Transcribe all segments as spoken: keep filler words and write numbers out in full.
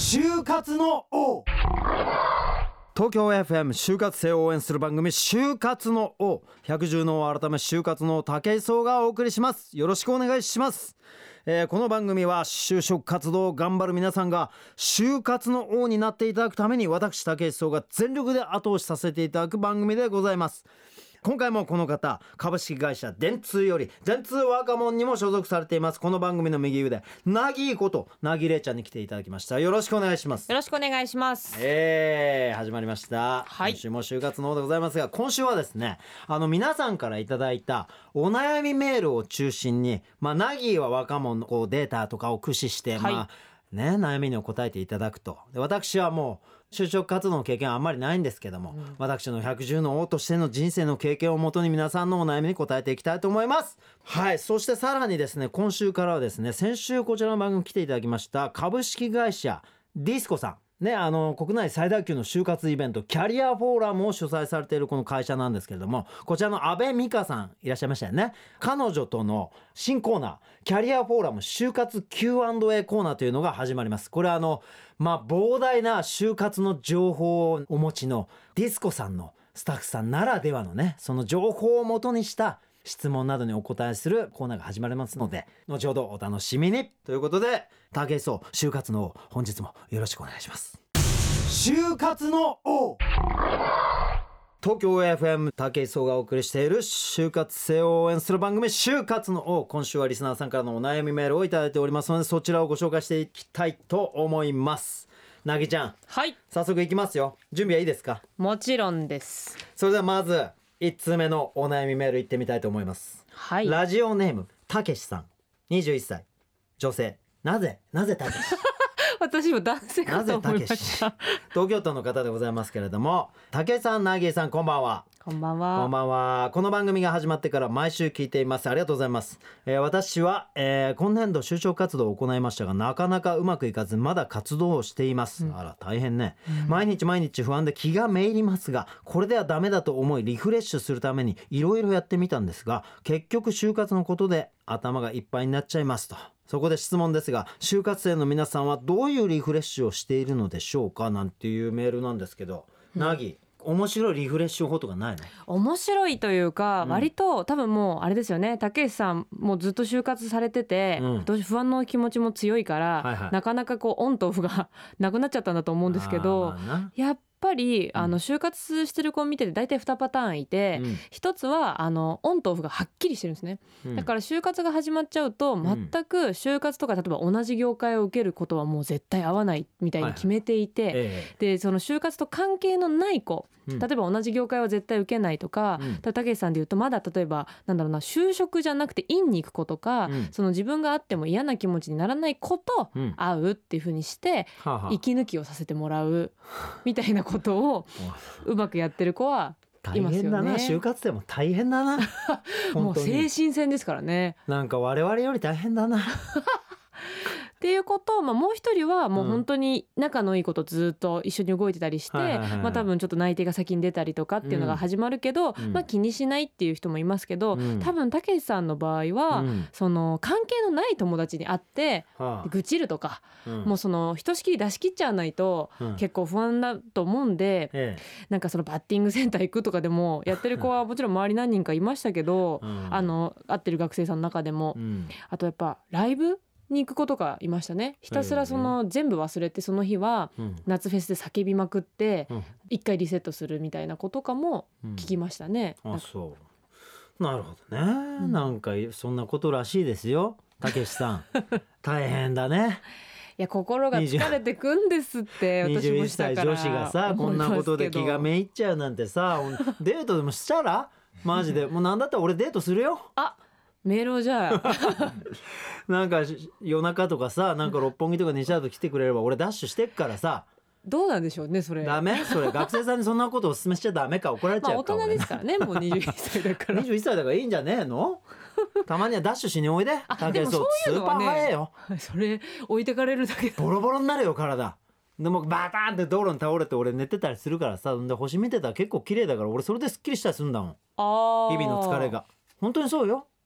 就活の王、東京 エフエム 就活生を応援する番組就活の王、百獣の王改め就活の武井壮がお送りします。よろしくお願いします。えー、この番組は就職活動を頑張る皆さんが就活の王になっていただくために、私武井壮が全力で後押しさせていただく番組でございます。今回もこの方、株式会社電通より電通若者にも所属されています、この番組の右腕、なぎことなぎれいちゃんに来ていただきました。よろしくお願いします。 よろしくお願いします。 えー、始まりました、 はい、 今週も就活の王でございますが、今週はですね、あの皆さんからいただいたお悩みメールを中心に、まあ、なぎは若者のこうデータとかを駆使して、はい、まあね、悩みに答えていただくと。で、私はもう就職活動の経験はあんまりないんですけども、うん、私の百獣の王としての人生の経験をもとに皆さんのお悩みに答えていきたいと思います。はい。そしてさらにですね、今週からはですね、先週こちらの番組来ていただきました株式会社ディスコさんね、あの国内最大級の就活イベントキャリアフォーラムを主催されているこの会社なんですけれども、こちらの安倍美香さんいらっしゃいましたよね。彼女との新コーナー、キャリアフォーラム就活 キューアンドエー コーナーというのが始まります。これはあのまあ膨大な就活の情報をお持ちのディスコさんのスタッフさんならではのね、その情報をもとにした質問などにお答えするコーナーが始まりますので、後ほどお楽しみにということで、武井壮就活の王、本日もよろしくお願いします。就活の王、東京 エフエム 武井壮がお送りしている就活生を応援する番組就活の王、今週はリスナーさんからのお悩みメールをいただいておりますので、そちらをご紹介していきたいと思います。なぎちゃん、 はい、 早速いきますよ。準備はいいですか？ もちろんです。 それではまずいち通目のお悩みメールいってみたいと思います。 はい、 ラジオネームたけしさん、にじゅういっさい女性。なぜなぜたけし私も男性かと思いました。 東京都の方でございますけれども、武井さん、なぎさん、こんばんは。 こんばんは。 こんばんは。この番組が始まってから毎週聞いています。ありがとうございます。えー、私は、えー、今年度就職活動を行いましたが、なかなかうまくいかず、まだ活動をしています。うん、あら大変ね、うん、毎日毎日不安で気がめいりますが、これではダメだと思いリフレッシュするためにいろいろやってみたんですが、結局就活のことで頭がいっぱいになっちゃいますと。そこで質問ですが、就活生の皆さんはどういうリフレッシュをしているのでしょうか、なんていうメールなんですけど、うん、なぎ、面白いリフレッシュ法とかないの？ 面白いというか、うん、割と多分もうあれですよね、武井さんもうずっと就活されてて、うん、不安の気持ちも強いから、はいはい、なかなかこうオンとオフがなくなっちゃったんだと思うんですけど、やっやっぱりあの就活してる子を見てて大体にパターンいて、うん、一つはあのオンとオフがはっきりしてるんですね、うん、だから就活が始まっちゃうと全く就活とか例えば同じ業界を受けることはもう絶対合わないみたいに決めていて、はいはい、でその就活と関係のない子、うん、例えば同じ業界は絶対受けないとか、うん、たけしさんで言うとまだ例えばなんだろうな、就職じゃなくて院に行く子とか、うん、その自分があっても嫌な気持ちにならない子と会うっていう風にして、うん、息抜きをさせてもらうみたいなことをうまくやってる子はいますよね。 大変だな、就活でも大変だなもう精神戦ですからね。 なんか我々より大変だなっていうことを、まあ、もう一人はもう本当に仲のいい子とずっと一緒に動いてたりして、まあ、多分ちょっと内定が先に出たりとかっていうのが始まるけど、うんまあ、気にしないっていう人もいますけど、うん、多分たけしさんの場合は、うん、その関係のない友達に会って、はあ、愚痴るとか、うん、もうそのひとしきり出し切っちゃわないと結構不安だと思うんで、うん、なんかそのバッティングセンター行くとかでもやってる子はもちろん周り何人かいましたけど、うん、あの会ってる学生さんの中でも、うん、あとやっぱライブに行く子とかいましたね。ひたすらその全部忘れてその日は夏フェスで叫びまくって一回リセットするみたいな子とかも聞きましたね、 うん、あ、そうなるほどね、うん、なんかそんなことらしいですよ、たけしさん大変だね。 いや心が疲れてくんですって私もしたからにじゅういっさい女子がさこんなことで気がめいっちゃうなんてさデートでもしたらマジでもうなんだったら俺デートするよ。 あ、メールをじゃあなんか夜中とかさ、なんか六本木とか西田と来てくれれば俺ダッシュしてっからさ。 どうなんでしょうねそれ。ダメ？それ学生さんにそんなことを勧めしちゃダメか、怒られちゃうか。 まあ大人ですからね、もうにじゅういっさいだからにじゅういっさいだからいいんじゃねえのたまにはダッシュしにおいで。 あ、でもそういうのはね、 スーパー速いよ。 それ置いてかれるだけボロボロになるよ体でもバターンって道路に倒れて俺寝てたりするからさ、で星見てたら結構綺麗だから俺それですっきりしたりするんだもん。あ、日々の疲れが。本当にそうよ。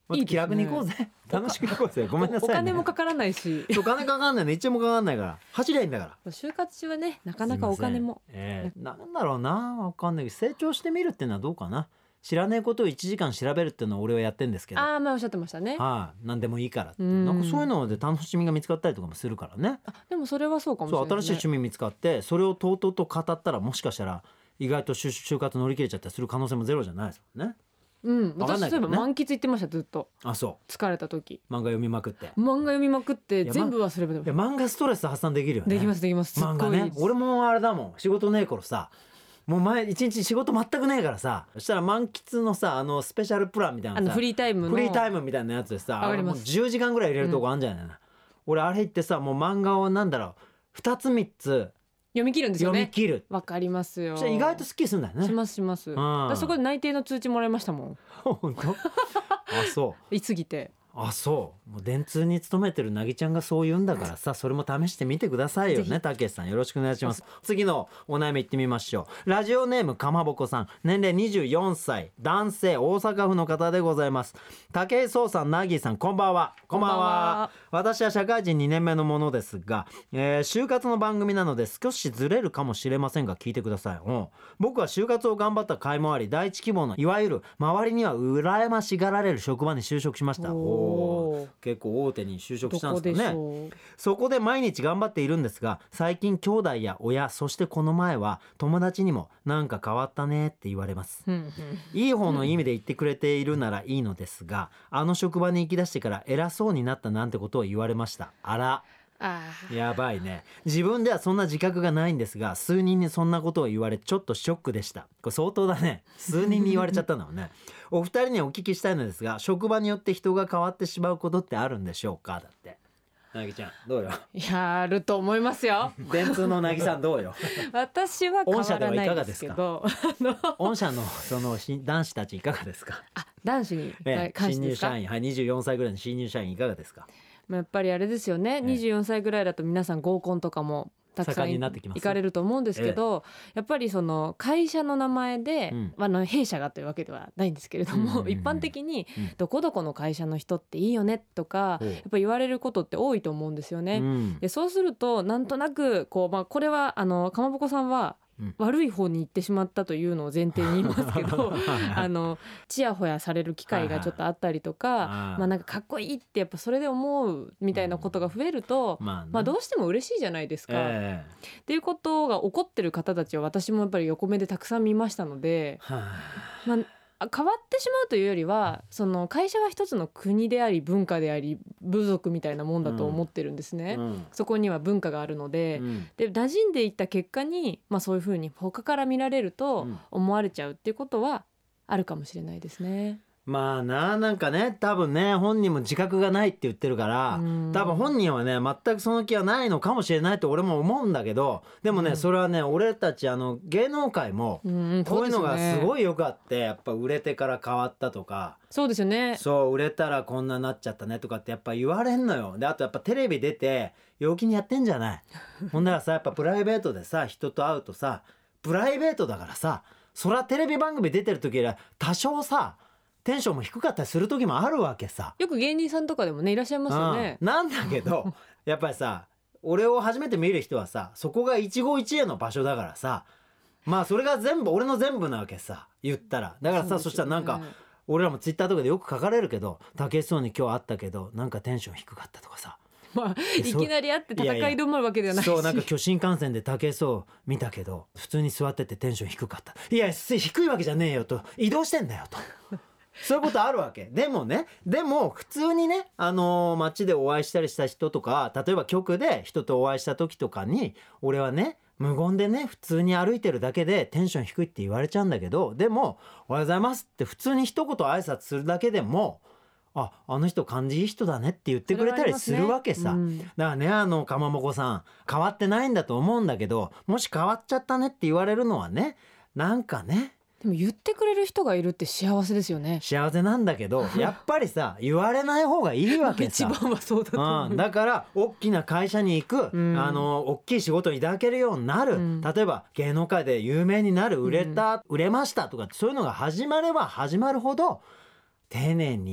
もっと気楽に行こうぜ。いいね、楽しく行こうぜ。ごめんなさい、ね、 お金もかからないしお金かかんないのいちえんもかかんないから走りゃいいんだから。 就活中はねなかなかお金も、 えー、なんだろうな、わかんないけど成長してみるっていうのはどうかな。知らないことをいちじかん調べるっていうのは俺はやってんですけど、 ああ、まあおっしゃってましたね。 はあ、何でもいいからって、なんかそういうので楽しみが見つかったりとかもするからね。 あでもそれはそうかもしれない、ね、 そう新しい趣味見つかってそれをとうとうと語ったらもしかしたら意外と就就活乗り切れちゃったりする可能性もゼロじゃないですもんね。 うん、私そういえば満喫行ってました。ずっと。 あ、そう疲れた時漫画読みまくって漫画読みまくって全部忘れば。 いや漫画ストレス発散できるよね。 できますできます。 漫画ね。俺もあれだもん、仕事ねえ頃さ、もう前一日仕事全くねえからさ、そしたら満喫のさあのスペシャルプランみたいなさ、 あのフリータイムのフリータイムみたいなやつでさ、あれもうじゅうじかんぐらい入れるとこあるんじゃないの、うん、俺あれ行ってさもう漫画をなんだろうふたつみっつ読み切るんですよね。 読み切る。 わかりますよ。 意外とスッキリするんだよね。 しますします、うん、だそこで内定の通知もらいましたもん。 本当あ、そういつぎてあ、そうもう電通に勤めてるなぎちゃんがそう言うんだからさ、それも試してみてくださいよね。たけしさんよろしくお願いします。次のお悩みいってみましょう。ラジオネームかまぼこさん、年齢にじゅうよんさい、男性、大阪府の方でございます。武井壮さん、なぎさん、こんばんは。こんばんは。私は社会人にねんめのものですが、えー、就活の番組なので少しずれるかもしれませんが聞いてください。うん、僕は就活を頑張った甲斐もあり、第一希望のいわゆる周りには羨ましがられる職場に就職しました。おー、結構大手に就職したんですかね。そこで毎日頑張っているんですが、最近兄弟や親、そしてこの前は友達にもなんか変わったねって言われます。いい方の意味で言ってくれているならいいのですが、あの職場に行き出してから偉そうになったなんてことを言われました。あら、あやばいね。自分ではそんな自覚がないんですが、数人にそんなことを言われちょっとショックでした。これ相当だね。数人に言われちゃったんだもんね。お二人にお聞きしたいのですが、職場によって人が変わってしまうことってあるんでしょうか。だってなぎちゃんどうよ。 いやあると思いますよ。 電通のなぎさんどうよ。 私は変わらないですけど、 御社のその男子たちいかがですか。 あ、男子に関してですか。 新入社員、はい、にじゅうよんさいぐらいの新入社員いかがですか。 やっぱりあれですよね、にじゅうよんさいぐらいだと皆さん合コンとかもたくさん行かれると思うんですけど、ええ、やっぱりその会社の名前で、うん、あの弊社がというわけではないんですけれども、うんうんうん、一般的にどこどこの会社の人っていいよねとか、うん、やっぱ言われることって多いと思うんですよね、うん、でそうするとなんとなくこう、まあ、これはあのかまぼこさんはうん、悪い方に行ってしまったというのを前提に言いますけどあのちやほやされる機会がちょっとあったりとか、はいはい、まあ、なんかかっこいいってやっぱそれで思うみたいなことが増えると、うん、まあ、まあどうしても嬉しいじゃないですか、えー、っていうことが起こってる方たちは私もやっぱり横目でたくさん見ましたので、はあ、まあ変わってしまうというよりはその会社は一つの国であり文化であり部族みたいなもんだと思ってるんですね、うん、そこには文化があるので、うん、で馴染んでいった結果に、まあ、そういうふうに他から見られると思われちゃうっていうことはあるかもしれないですね。 まあな、なんかね、多分ね本人も自覚がないって言ってるから、多分本人はね全くその気はないのかもしれないと俺も思うんだけど、でもね、うん、それはね俺たちあの芸能界もこういうのがすごいよくあって、やっぱ売れてから変わったとか、 そうですよね、 そう売れたらこんななっちゃったねとかってやっぱ言われんのよ。であとやっぱテレビ出て陽気にやってんじゃないほんならさ、やっぱプライベートでさ人と会うとさ、プライベートだからさ、そらテレビ番組出てる時は多少さテンションも低かったりする時もあるわけさ。 よく芸人さんとかでもねいらっしゃいますよね、 うん、なんだけどやっぱりさ俺を初めて見る人はさそこが一期一会の場所だからさ、まあそれが全部俺の全部なわけさ言ったら。だからさ そ,、ね、そしたらなんか俺らもツイッターとかでよく書かれるけど、武井壮に今日会ったけどなんかテンション低かったとかさ、 まあ、いきなり会って戦い止まるわけではないし、 そうなんか巨神観戦で武井壮見たけど普通に座っててテンション低かった。いや低いわけじゃねえよと、移動してんだよとそういうことあるわけ。でもね、でも普通にね、あのー、街でお会いしたりした人とか、例えば局で人とお会いした時とかに俺はね無言でね普通に歩いてるだけでテンション低いって言われちゃうんだけど、でもおはようございますって普通に一言挨拶するだけでも、あ、あの人感じいい人だねって言ってくれたりするわけさ、ね、うん、だからね、あのかまぼこさん変わってないんだと思うんだけど、もし変わっちゃったねって言われるのはね、なんかね、 でも言ってくれる人がいるって幸せですよね。 幸せなんだけどやっぱりさ言われない方がいいわけさ一番はそうだと思う、 うん、だから大きな会社に行く、うん、あの大きい仕事に抱けるようになる、うん、例えば芸能界で有名になる、売れた、うん、売れましたとかそういうのが始まれば始まるほど丁寧に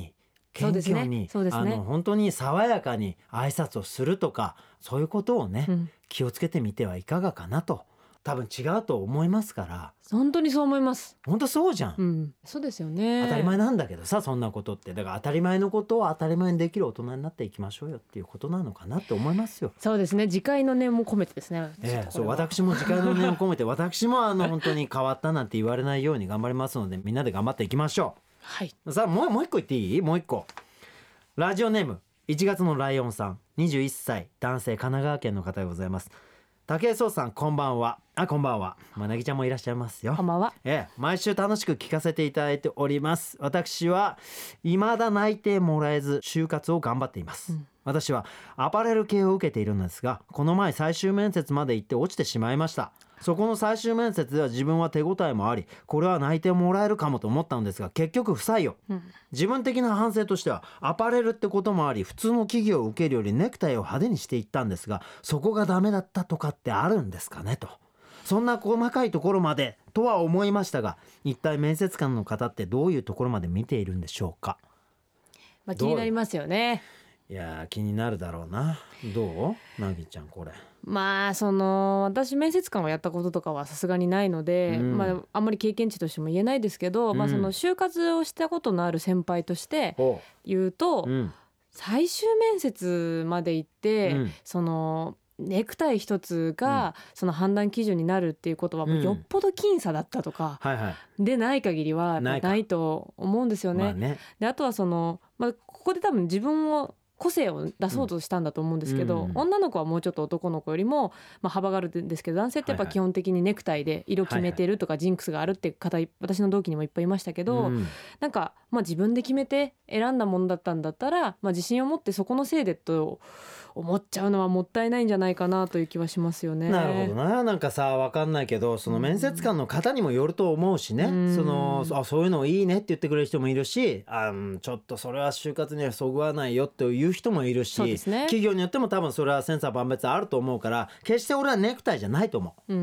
謙虚に、 そうですね、そうですね、 あの本当に爽やかに挨拶をするとか、そういうことをね、うん、気をつけてみてはいかがかなと。多分違うと思いますから。 本当にそう思います。 本当そうじゃん、 うん、そうですよね。 当たり前なんだけどさ、そんなことって。だから当たり前のことを当たり前にできる大人になっていきましょうよっていうことなのかなって思いますよ。 そうですね、自戒の念も込めてですね、 ええ、そう、私も自戒の念を込めて私もあの本当に変わったなんて言われないように頑張りますので、みんなで頑張っていきましょう。 はい。 さあもう、もう一個言っていい？もう一個。ラジオネームいちがつのライオンさん、にじゅういっさい男性、神奈川県の方でございます。武井壮さん、こんばんは。あ、こんばんは。まなぎちゃんもいらっしゃいますよ。 こんばんは。 ええ、毎週楽しく聞かせていただいております。私は未だ内定もらえず就活を頑張っています、うん、私はアパレル系を受けているのですが、この前最終面接まで行って落ちてしまいました。そこの最終面接では自分は手応えもあり、これは内定もらえるかもと思ったのですが、結局不採用、うん、自分的な反省としてはアパレルってこともあり、普通の企業を受けるよりネクタイを派手にしていったんですが、そこがダメだったとかってあるんですかねと。そんな細かいところまでとは思いましたが、一体面接官の方ってどういうところまで見ているんでしょうか。 まあ、気になりますよね。 いや気になるだろうな。どう？なぎちゃんこれ。 まあその私面接官をやったこととかはさすがにないので、うん、まあ、あんまり経験値としても言えないですけど、うん、まあ、その就活をしたことのある先輩として言うと、うん、最終面接まで行って、うん、そのネクタイ一つがその判断基準になるっていうことはもうよっぽど僅差だったとかでない限りはないと思うんですよね。 まあね。 であとはその、まあ、ここで多分自分を個性を出そうとしたんだと思うんですけど、うん、女の子はもうちょっと男の子よりも、まあ、幅があるんですけど、男性ってやっぱ基本的にネクタイで色決めてるとかジンクスがあるって方、私の同期にもいっぱいいましたけど、うん、なんか、まあ、自分で決めて選んだものだったんだったら、まあ、自信を持ってそこのせいでと思っちゃうのはもったいないんじゃないかなという気はしますよね。 なるほどな。なんかさ、分かんないけど、その面接官の方にもよると思うしね、うん、そのあそういうのいいねって言ってくれる人もいるし、あちょっとそれは就活にはそぐわないよっていう人もいるし、 そうですね、 企業によっても多分それは千差万別あると思うから、決して俺はネクタイじゃないと思う、うん、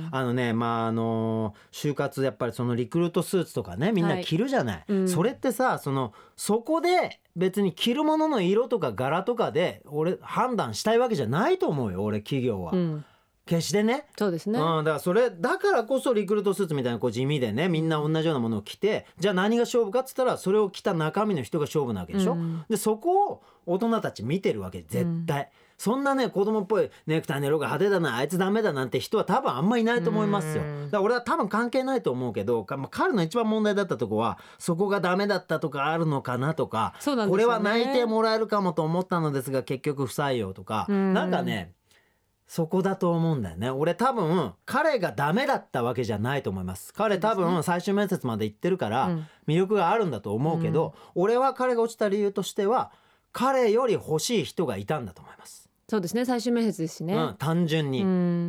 あのね、まああの就活やっぱりそのリクルートスーツとかね、みんな着るじゃない、はい、うん、それってさ、そのそこで別に着るものの色とか柄とかで俺判断したいわけじゃないと思うよ、俺企業は、うん、決してね。 そうですね、 うん、だからそれだからこそリクルートスーツみたいなこう地味でね、みんな同じようなものを着て、じゃあ何が勝負かっつったらそれを着た中身の人が勝負なわけでしょ、うん、でそこを大人たち見てるわけ絶対、うん、そんなね子供っぽいネクタイの色が派手だな、あいつダメだなんて人は多分あんまいないと思いますよ。だから俺は多分関係ないと思うけど、まあ、彼の一番問題だったとこはそこがダメだったとかあるのかなとか、 そうなんですよね、 これは内定もらえるかもと思ったのですが結局不採用とか、んなんかねそこだと思うんだよね。俺多分彼がダメだったわけじゃないと思います。彼多分最終面接まで行ってるから魅力があるんだと思うけど、うん、俺は彼が落ちた理由としては彼より欲しい人がいたんだと思います。 そうですね、最終面接ですしね、 うん、単純に、うん、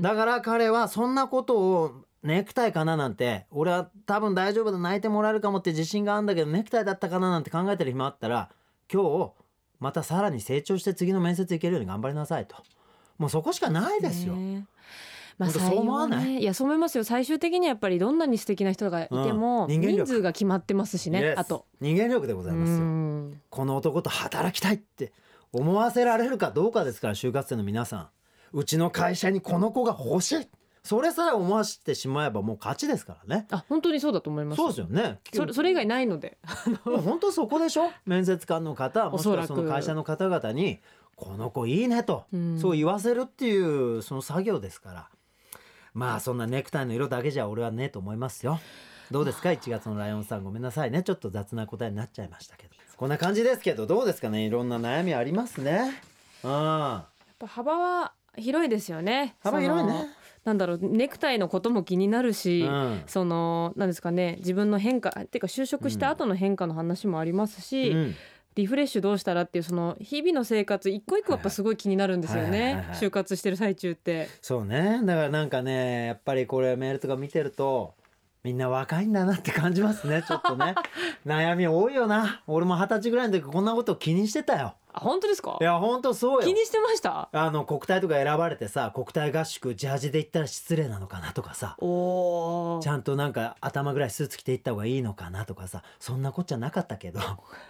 だから彼はそんなことをネクタイかななんて、俺は多分大丈夫だ、泣いてもらえるかもって自信があるんだけどネクタイだったかななんて考えてる暇あったら、今日またさらに成長して次の面接行けるように頑張りなさいと。もうそこしかないですよ。 まあ、そう思わない？いやそう思いますよ。最終的にはやっぱりどんなに素敵な人がいても、うん、人, 人数が決まってますしね、yes. あと人間力でございますよ。この男と働きたいって思わせられるかどうかですから、就活生の皆さん、うちの会社にこの子が欲しい、それさえ思わせてしまえばもう勝ちですからね。 あ、本当にそうだと思います。 そうですよね。 そ, それ以外ないので本当そこでしょ。面接官の方、もしくはその会社の方々にこの子いいねと、うん、そう言わせるっていうその作業ですから、まあそんなネクタイの色だけじゃ俺はねと思いますよ。どうですかいちがつのライオンさん、ごめんなさいね、ちょっと雑な答えになっちゃいましたけど、こんな感じですけどどうですかね。いろんな悩みありますね。うん、やっぱ幅は広いですよね。 幅広いね。 なんだろう、ネクタイのことも気になるし、うん、そのなんですかね、自分の変化っていうか就職した後の変化の話もありますし、うん、リフレッシュどうしたらっていうその日々の生活一個一個やっぱすごい気になるんですよね、就活してる最中って。 そうね、だからなんかね、やっぱりこれメールとか見てるとみんな若いんだなって感じますね。ちょっとね悩み多いよな。俺も二十歳ぐらいの時こんなこと気にしてたよ。 あ、本当ですか？ いや本当そうよ。 気にしてました。 あの国体とか選ばれてさ、国体合宿ジャージで行ったら失礼なのかなとかさ、おちゃんとなんか頭ぐらいスーツ着て行った方がいいのかなとかさ、そんなこっちゃなかったけど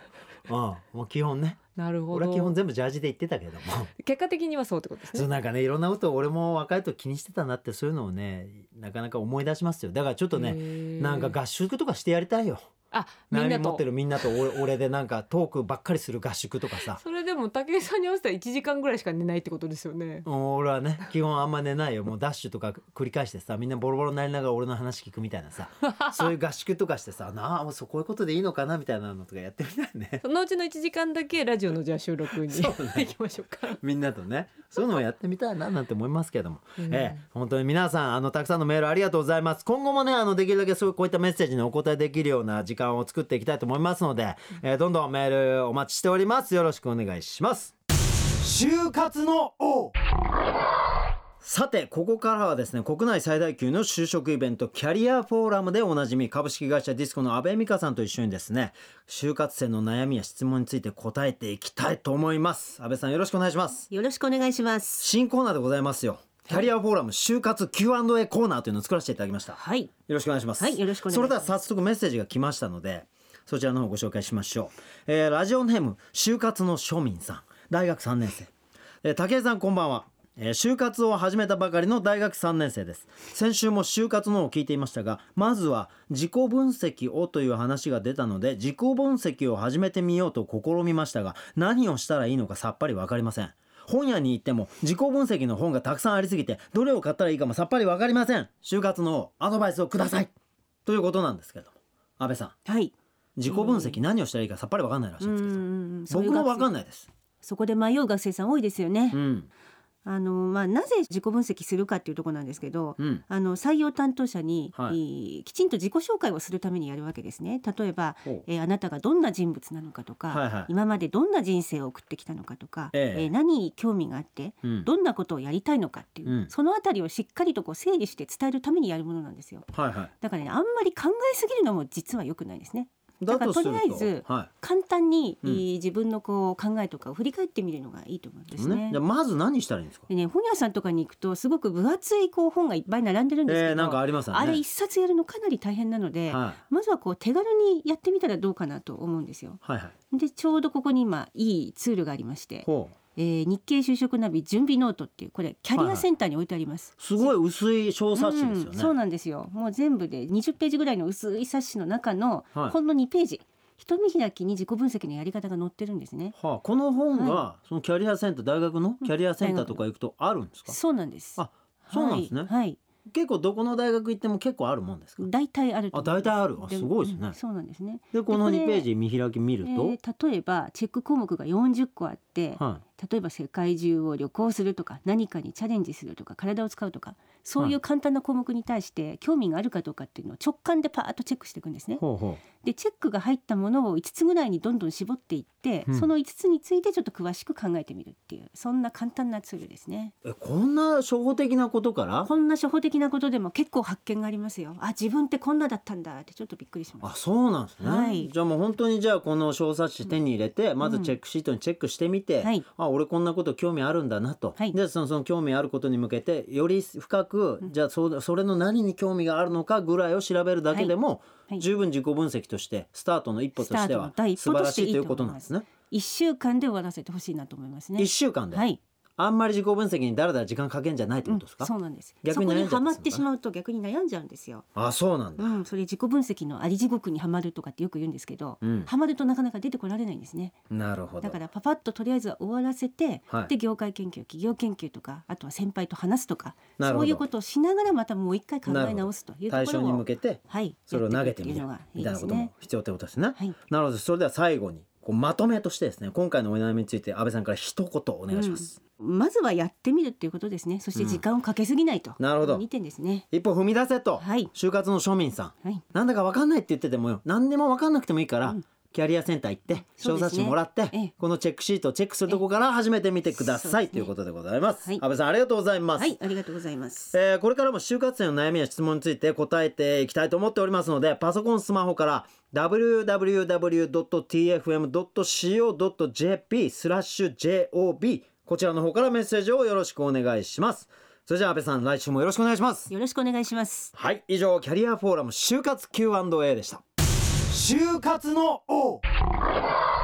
うん、もう基本ね。 なるほど。 俺は基本全部ジャージで言ってたけども結果的にはそうってことですね。 そうなんかねいろんなことを俺も若い時気にしてたなってそういうのをねなかなか思い出しますよ。だからちょっとねなんか合宿とかしてやりたいよ。 あ、みんなと悩み持ってるみんなと俺、俺でなんかトークばっかりする合宿とかさ。 それでも武井さんに合わせたらいちじかんぐらいしか寝ないってことですよね。 俺はね基本あんま寝ないよ。もうダッシュとか繰り返してさみんなボロボロになりながら俺の話聞くみたいなさそういう合宿とかしてさなあもうそうこういうことでいいのかなみたいなのとかやってみたいね。 そのうちのいちじかんだけラジオのじゃあ収録に行きましょうか。 みんなとねそういうのもやってみたいななんて思いますけども、うん、ええ、本当に皆さんあのたくさんのメールありがとうございます。今後もねあのできるだけそういうこういったメッセージにお答えできるような時間を作っていきたいと思いますので、えー、どんどんメールお待ちしております。よろしくお願いします。就活の王。さてここからはですね国内最大級の就職イベントキャリアフォーラムでおなじみ株式会社ディスコの阿部美香さんと一緒にですね就活生の悩みや質問について答えていきたいと思います。阿部さんよろしくお願いします。 よろしくお願いします。 新コーナーでございますよ。キャリアフォーラム就活 キューアンドエー コーナーというのを作らせていただきました。 はい、 よろしくお願いします。 はい、よろしくお願いします。 それでは早速メッセージが来ましたのでそちらの方をご紹介しましょう。えー、ラジオネーム就活の庶民さん大学さんねん生、えー、武井さんこんばんは。えー、就活を始めたばかりの大学さんねん生です。先週も就活のを聞いていましたがまずは自己分析をという話が出たので自己分析を始めてみようと試みましたが何をしたらいいのかさっぱり分かりません。本屋に行っても自己分析の本がたくさんありすぎてどれを買ったらいいかもさっぱり分かりません。就活のアドバイスをくださいということなんですけども阿部さん、 はい、 自己分析何をしたらいいかさっぱり分かんないらしいんですけど、うん、僕も分かんないです。 そこで迷う学生さん多いですよね、 うん、 あのまあ、なぜ自己分析するかっていうところなんですけど、うん、あの採用担当者に、はい、きちんと自己紹介をするためにやるわけですね。例えば、えー、あなたがどんな人物なのかとか、はいはい、今までどんな人生を送ってきたのかとか、えええー、何に興味があって、うん、どんなことをやりたいのかっていう、うん、そのあたりをしっかりとこう整理して伝えるためにやるものなんですよ、はいはい、だからねあんまり考えすぎるのも実は良くないですね。だからとりあえず簡単に、はい、自分のこう考えとかを振り返ってみるのがいいと思うんですね。ね、 じゃあまず何したらいいんですか。 でね、本屋さんとかに行くとすごく分厚いこう本がいっぱい並んでるんですけど、 えー、なんかありますよね。 あれ一冊やるのかなり大変なので、はい、まずはこう手軽にやってみたらどうかなと思うんですよ、はいはい、でちょうどここに今いいツールがありまして、ほうえー、日経就職ナビ準備ノートっていうこれキャリアセンターに置いてあります、 はいはい、すごい薄い小冊子ですよね、 うん、そうなんですよ。もう全部でにじゅっページぐらいの薄い冊子の中のほんのにページ、はい、一見開きに自己分析のやり方が載ってるんですね、 はあ、この本が、はい、そのキャリアセンター大学のキャリアセンターとか行くとあるんですか。 そうなんです。 あ、そうなんですね、 はいはい、 結構どこの大学行っても結構あるもんですか。 大体あると思います。 あ、大体ある。あ、すごいですね、 うん、そうなんですね。 でこのにページ見開き見ると、えー、例えばチェック項目がよんじゅっこあって、はい、例えば世界中を旅行するとか何かにチャレンジするとか体を使うとかそういう簡単な項目に対して興味があるかどうかっていうのを直感でパーッとチェックしていくんですね。ほうほう。でチェックが入ったものをいつつぐらいにどんどん絞っていって、うん、そのいつつについてちょっと詳しく考えてみるっていうそんな簡単なツールですね。 えこんな初歩的なことからこんな初歩的なことでも結構発見がありますよ。あ、自分ってこんなだったんだってちょっとびっくりします。 あ、そうなんですね、はい、じゃあもう本当にじゃあこの小冊子手に入れて、うん、まずチェックシートにチェックしてみて、うん、はい、あ、俺こんなこと興味あるんだなと、はい、でその、その興味あることに向けてより深く、うん、じゃあ そ, それの何に興味があるのかぐらいを調べるだけでも、はいはい、十分自己分析としてスタートの一歩としては素晴らしいということなんですね。 いっしゅうかんで終わらせてほしいなと思いますね。 いっしゅうかんで、はい、あんまり自己分析にだらだら時間かけんじゃないってことですか、 うん、そうなんです。逆にそこにはまってしまうと逆に悩んじゃうんですよ。 あ、そうなんだ、 うん、それ自己分析のあり地獄にはまるとかってよく言うんですけど、うん、はまるとなかなか出てこられないんですね。 なるほど。 だからパパッととりあえずは終わらせて、はい、で業界研究企業研究とかあとは先輩と話すとかそういうことをしながらまたもう一回考え直すというところを対象に向けて、 はい、 それを投げてみるみたいなことも必要ってことですね、はい、なるほど。それでは最後にこうまとめとしてですね今回のお悩みについて安倍さんから一言お願いします、 うん、まずはやってみるっていうことですね。そして時間をかけすぎないと、うん、なるほどにてんですね。 一歩踏み出せと、はい、就活の庶民さん、はい、なんだか分かんないって言っててもよ何でも分かんなくてもいいから、うん、キャリアセンター行って小冊子もらって、ね、このチェックシートをチェックするとこから始めてみてください、ね、ということでございます、はい、安倍さんありがとうございます。 はい、ありがとうございます、 えー、これからも就活生の悩みや質問について答えていきたいと思っておりますのでパソコンスマホからダブリューダブリューダブリュードットティーエフエムドットシーオードットジェーピー スラッシュ ジェーオービー こちらの方からメッセージをよろしくお願いします。それじゃあ安倍さん来週もよろしくお願いします。 よろしくお願いします。 はい、以上キャリアフォーラム就活 キューアンドエー でした。就活の王。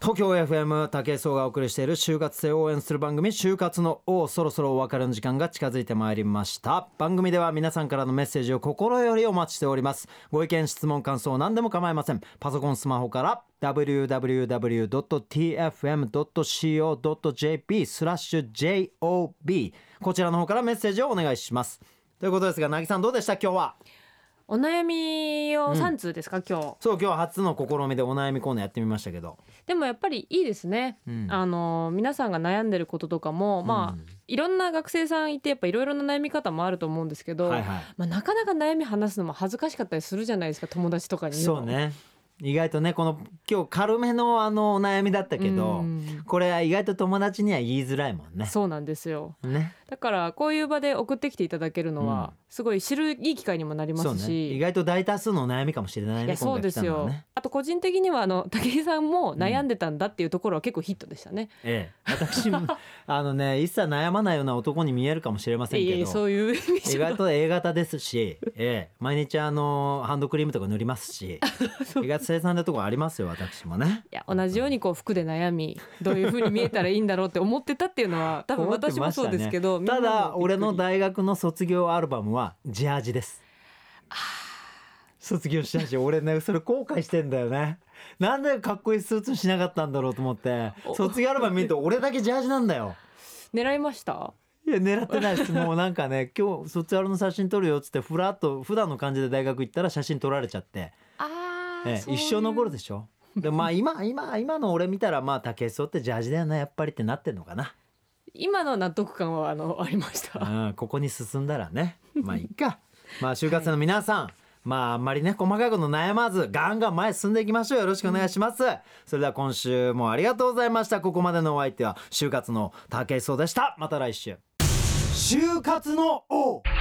東京 エフエム 武井壮がお送りしている就活生を応援する番組就活の王、そろそろお別れの時間が近づいてまいりました。番組では皆さんからのメッセージを心よりお待ちしております。ご意見質問感想何でも構いません。パソコンスマホから ダブリューダブリューダブリュードットティーエフエムドットシーオードットジェーピー スラッシュ ジェイオービー こちらの方からメッセージをお願いします。ということですが、なぎさんどうでした今日は？ お悩みをさん通ですか、うん、今日。 そう、今日初の試みでお悩みコーナーやってみましたけど、 でもやっぱりいいですね、うん、あの皆さんが悩んでることとかも、まあ、うん、いろんな学生さんいてやっぱいろいろな悩み方もあると思うんですけど、はいはい、まあ、なかなか悩み話すのも恥ずかしかったりするじゃないですか、友達とかに。 そうね、意外とね、この今日軽めのあのお悩みだったけど、うん、これは意外と友達には言いづらいもんね。 そうなんですよ、 ね、 だからこういう場で送ってきていただけるのは、うん、すごい知るいい機会にもなりますし、ね、 意外と大多数のお悩みかもしれないね。 いや、そうですよ、ね、あと個人的にはあの武井さんも悩んでたんだっていうところは結構ヒットでしたね、 うん、ええ、私もあのね一切悩まないような男に見えるかもしれませんけど、 いやいや、そういう意外と A 型ですし、ええ、毎日あのハンドクリームとか塗りますし意外と生産なところありますよ、私もね。 いや、同じようにこう服で悩みどういう風に見えたらいいんだろうって思ってたっていうのは多分私もそうですけど、 ね、ただ俺の大学の卒業アルバムはジャージです。卒業したし、俺ねそれ後悔してんだよね。なんでかっこいいスーツしなかったんだろうと思って、卒業アルバム見ると俺だけジャージなんだよ。 狙いました？ いや、狙ってないです。もうなんかね今日卒アルの写真撮るよっつってふらっと普段の感じで大学行ったら写真撮られちゃって、 あ、 ええ、一生残るでしょ。でまあ今今今の俺見たら、まあ武井壮ってジャージだよねやっぱりってなってんのかな。 今の納得感はあのありました、 うん、ここに進んだらね、まあいいかまあ就活生の皆さん、はい、まああんまりね細かいこと悩まずガンガン前進んでいきましょう。よろしくお願いします、うん、それでは今週もありがとうございました。ここまでのお相手は就活の武井壮でした。また来週。就活の王。